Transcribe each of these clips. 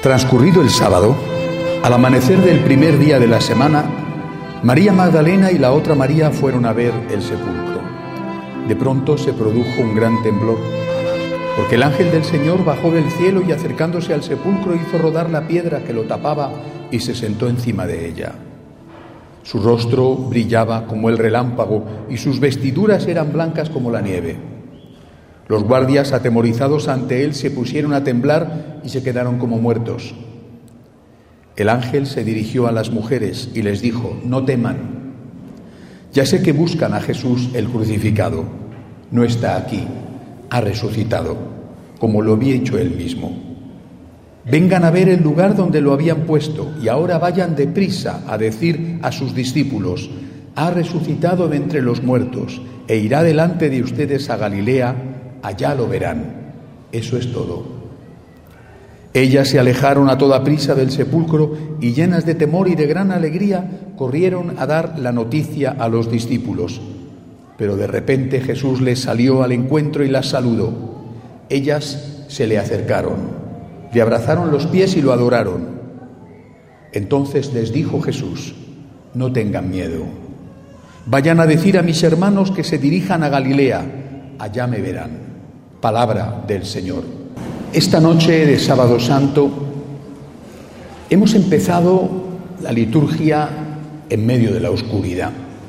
Transcurrido el sábado, al amanecer del primer día de la semana, María Magdalena y la otra María fueron a ver el sepulcro. De pronto se produjo un gran temblor, porque el ángel del Señor bajó del cielo y acercándose al sepulcro hizo rodar la piedra que lo tapaba y se sentó encima de ella. Su rostro brillaba como el relámpago y sus vestiduras eran blancas como la nieve. Los guardias, atemorizados ante él, se pusieron a temblar y se quedaron como muertos. El ángel se dirigió a las mujeres y les dijo: no teman. Ya sé que buscan a Jesús el crucificado. No está aquí, ha resucitado, como lo había hecho él mismo. Vengan a ver el lugar donde lo habían puesto y ahora vayan deprisa a decir a sus discípulos: ha resucitado de entre los muertos e irá delante de ustedes a Galilea, allá lo verán. Eso es todo. Ellas se alejaron a toda prisa del sepulcro y, llenas de temor y de gran alegría, corrieron a dar la noticia a los discípulos. Pero de repente Jesús les salió al encuentro y las saludó. Ellas se le acercaron, le abrazaron los pies y lo adoraron. Entonces les dijo Jesús: no tengan miedo. Vayan a decir a mis hermanos que se dirijan a Galilea, allá me verán. Palabra del Señor. Esta noche de Sábado Santo hemos empezado la liturgia en medio de la oscuridad.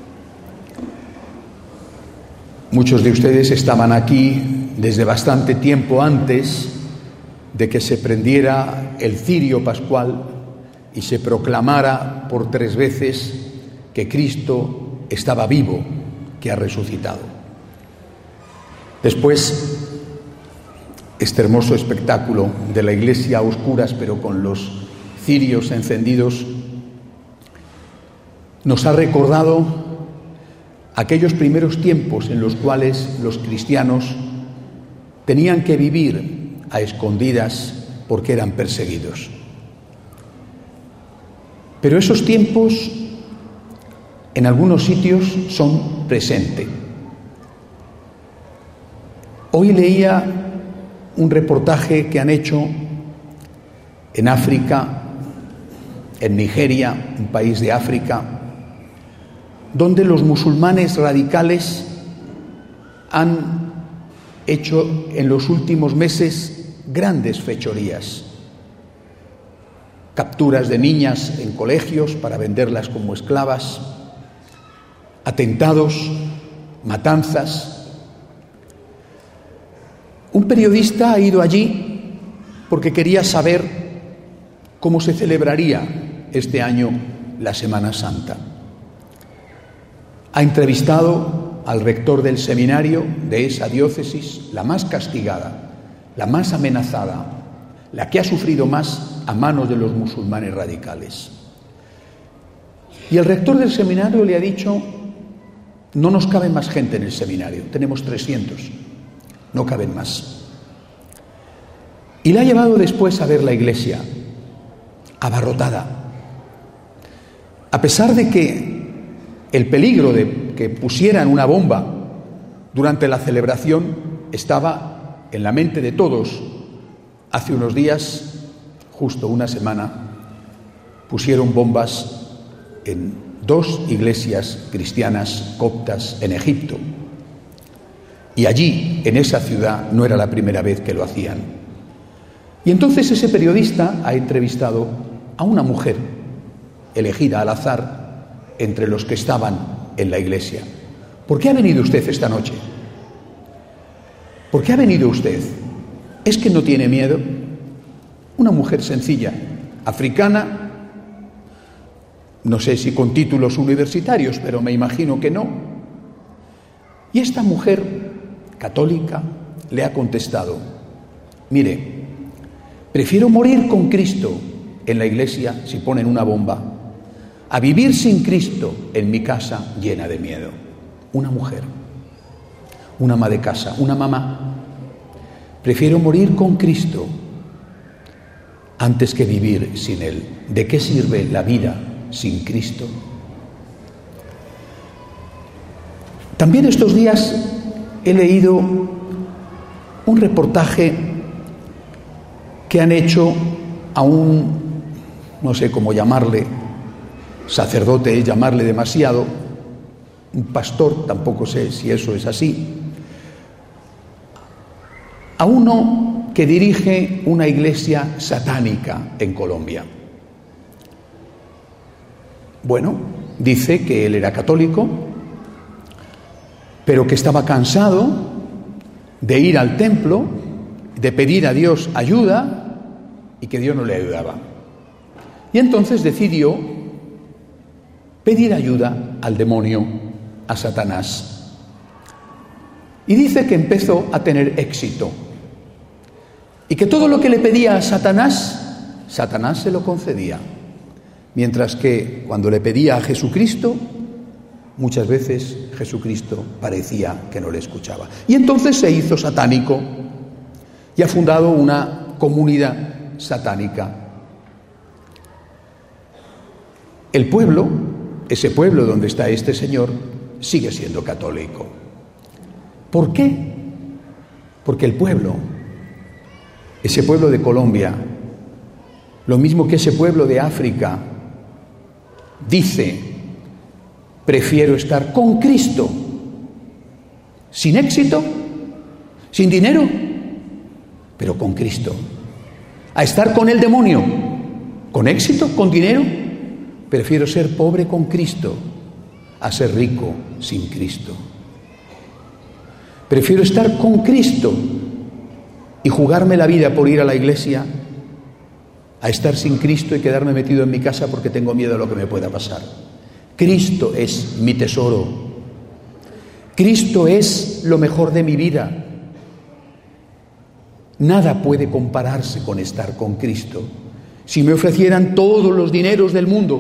Muchos de ustedes estaban aquí desde bastante tiempo antes de que se prendiera el cirio pascual y se proclamara por 3 veces que Cristo estaba vivo, que ha resucitado. Después, este hermoso espectáculo de la iglesia a oscuras, pero con los cirios encendidos, nos ha recordado aquellos primeros tiempos en los cuales los cristianos tenían que vivir a escondidas porque eran perseguidos. Pero esos tiempos en algunos sitios son presente. Hoy leía un reportaje que han hecho en África, en Nigeria, un país de África, donde los musulmanes radicales han hecho en los últimos meses grandes fechorías. Capturas de niñas en colegios para venderlas como esclavas, atentados, matanzas. Un periodista ha ido allí porque quería saber cómo se celebraría este año la Semana Santa. Ha entrevistado al rector del seminario de esa diócesis, la más castigada, la más amenazada, la que ha sufrido más a manos de los musulmanes radicales. Y el rector del seminario le ha dicho: no nos cabe más gente en el seminario, tenemos 300. No caben más. Y la ha llevado después a ver la iglesia, abarrotada. A pesar de que el peligro de que pusieran una bomba durante la celebración estaba en la mente de todos. Hace unos días, justo una semana, pusieron bombas en 2 iglesias cristianas coptas en Egipto. Y allí, en esa ciudad, no era la primera vez que lo hacían. Y entonces ese periodista ha entrevistado a una mujer elegida al azar entre los que estaban en la iglesia. ¿Por qué ha venido usted esta noche? ¿Por qué ha venido usted? ¿Es que no tiene miedo? Una mujer sencilla, africana, no sé si con títulos universitarios, pero me imagino que no. Y esta mujer católica le ha contestado: mire, prefiero morir con Cristo en la iglesia si ponen una bomba, a vivir sin Cristo en mi casa llena de miedo. Una mujer, una ama de casa, una mamá. Prefiero morir con Cristo antes que vivir sin Él. ¿De qué sirve la vida sin Cristo? También estos días he leído un reportaje que han hecho a un, no sé cómo llamarle, sacerdote es llamarle demasiado, un pastor, tampoco sé si eso es así, a uno que dirige una iglesia satánica en Colombia. Bueno, dice que él era católico, pero que estaba cansado de ir al templo, de pedir a Dios ayuda y que Dios no le ayudaba. Y entonces decidió pedir ayuda al demonio, a Satanás. Y dice que empezó a tener éxito y que todo lo que le pedía a Satanás, Satanás se lo concedía. Mientras que cuando le pedía a Jesucristo, muchas veces Jesucristo parecía que no le escuchaba. Y entonces se hizo satánico y ha fundado una comunidad satánica. El pueblo, ese pueblo donde está este señor, sigue siendo católico. ¿Por qué? Porque el pueblo, ese pueblo de Colombia, lo mismo que ese pueblo de África, dice: prefiero estar con Cristo, sin éxito, sin dinero, pero con Cristo, a estar con el demonio, con éxito, con dinero. Prefiero ser pobre con Cristo a ser rico sin Cristo. Prefiero estar con Cristo y jugarme la vida por ir a la iglesia a estar sin Cristo y quedarme metido en mi casa porque tengo miedo a lo que me pueda pasar. Cristo es mi tesoro. Cristo es lo mejor de mi vida. Nada puede compararse con estar con Cristo. Si me ofrecieran todos los dineros del mundo,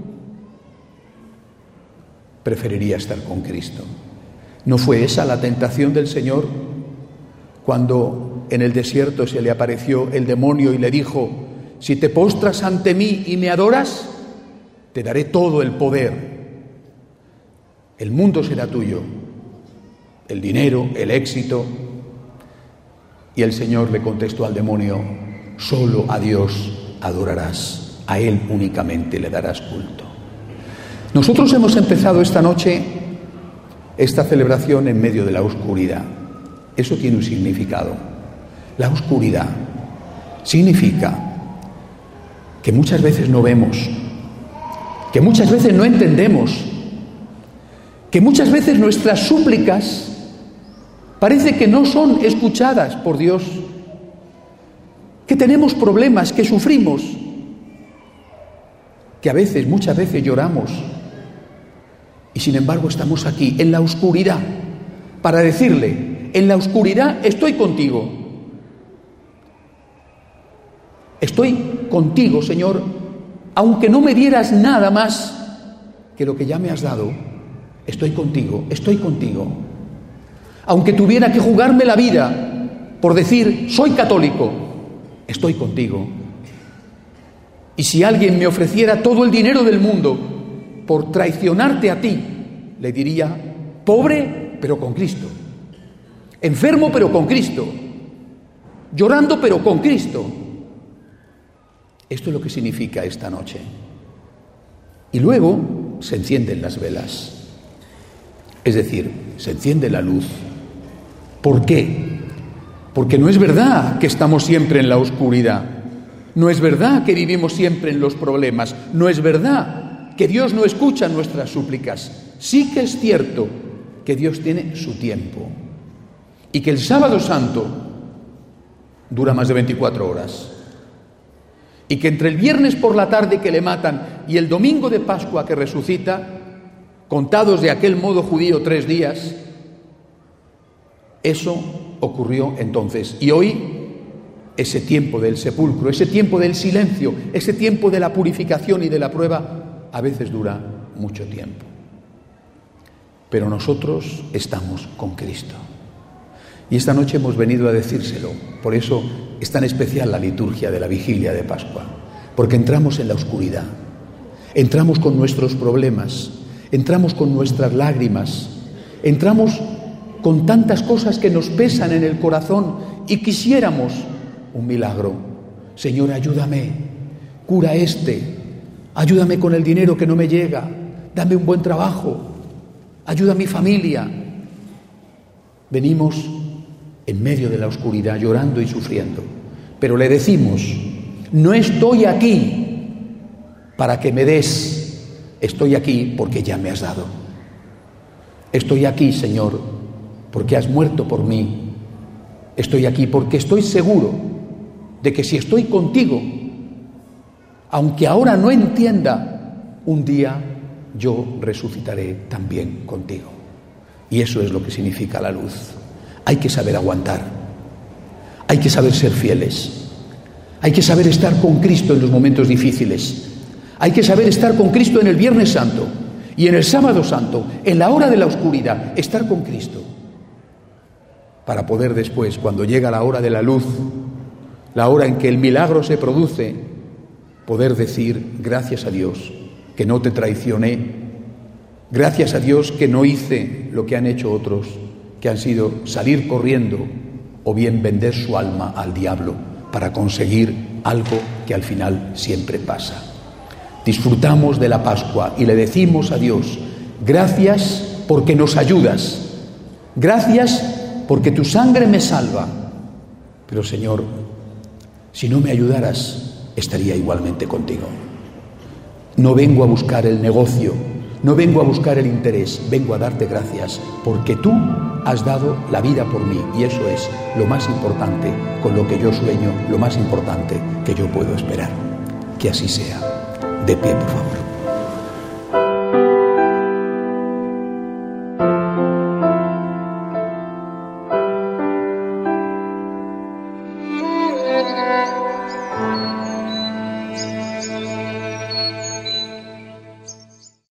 preferiría estar con Cristo. ¿No fue esa la tentación del Señor cuando en el desierto se le apareció el demonio y le dijo: si te postras ante mí y me adoras, te daré todo el poder. El mundo será tuyo, el dinero, el éxito. Y el Señor le contestó al demonio: solo a Dios adorarás, a Él únicamente le darás culto. Nosotros hemos empezado esta noche esta celebración en medio de la oscuridad. Eso tiene un significado. La oscuridad significa que muchas veces no vemos, que muchas veces no entendemos, que muchas veces nuestras súplicas parece que no son escuchadas por Dios, que tenemos problemas, que sufrimos, que a veces, muchas veces lloramos y sin embargo estamos aquí en la oscuridad para decirle: en la oscuridad estoy contigo. Estoy contigo, Señor, aunque no me dieras nada más que lo que ya me has dado. Estoy contigo, estoy contigo. Aunque tuviera que jugarme la vida por decir soy católico, estoy contigo. Y si alguien me ofreciera todo el dinero del mundo por traicionarte a ti, le diría: pobre pero con Cristo, enfermo pero con Cristo, llorando pero con Cristo. Esto es lo que significa esta noche. Y luego se encienden las velas, es decir, se enciende la luz. ¿Por qué? Porque no es verdad que estamos siempre en la oscuridad, no es verdad que vivimos siempre en los problemas, no es verdad que Dios no escucha nuestras súplicas. Sí que es cierto que Dios tiene su tiempo y que el sábado santo dura más de 24 horas y que entre el viernes por la tarde que le matan y el domingo de Pascua que resucita, contados de aquel modo judío 3 días, eso ocurrió entonces. Y hoy ese tiempo del sepulcro, ese tiempo del silencio, ese tiempo de la purificación y de la prueba a veces dura mucho tiempo. Pero nosotros estamos con Cristo. Y esta noche hemos venido a decírselo. Por eso es tan especial la liturgia de la vigilia de Pascua. Porque entramos en la oscuridad. Entramos con nuestros problemas. Entramos con nuestras lágrimas. Entramos con tantas cosas que nos pesan en el corazón y quisiéramos un milagro. Señor, ayúdame, cura ayúdame con el dinero que no me llega, dame un buen trabajo, ayuda a mi familia. Venimos en medio de la oscuridad llorando y sufriendo, pero le decimos: no estoy aquí para que me des, estoy aquí porque ya me has dado. Estoy aquí, Señor, porque has muerto por mí. Estoy aquí porque estoy seguro de que si estoy contigo, aunque ahora no entienda, un día yo resucitaré también contigo. Y eso es lo que significa la luz. Hay que saber aguantar, hay que saber ser fieles, hay que saber estar con Cristo en los momentos difíciles, hay que saber estar con Cristo en el Viernes Santo y en el Sábado Santo, en la hora de la oscuridad, estar con Cristo, para poder después, cuando llega la hora de la luz, la hora en que el milagro se produce, poder decir: gracias a Dios que no te traicioné, gracias a Dios que no hice lo que han hecho otros, que han sido salir corriendo o bien vender su alma al diablo para conseguir algo que al final siempre pasa. Disfrutamos de la Pascua y le decimos a Dios: gracias porque nos ayudas, gracias porque tu sangre me salva, pero Señor, si no me ayudaras, estaría igualmente contigo. No vengo a buscar el negocio, no vengo a buscar el interés, vengo a darte gracias porque tú has dado la vida por mí, y eso es lo más importante con lo que yo sueño, lo más importante que yo puedo esperar. Que así sea. De pie, por favor.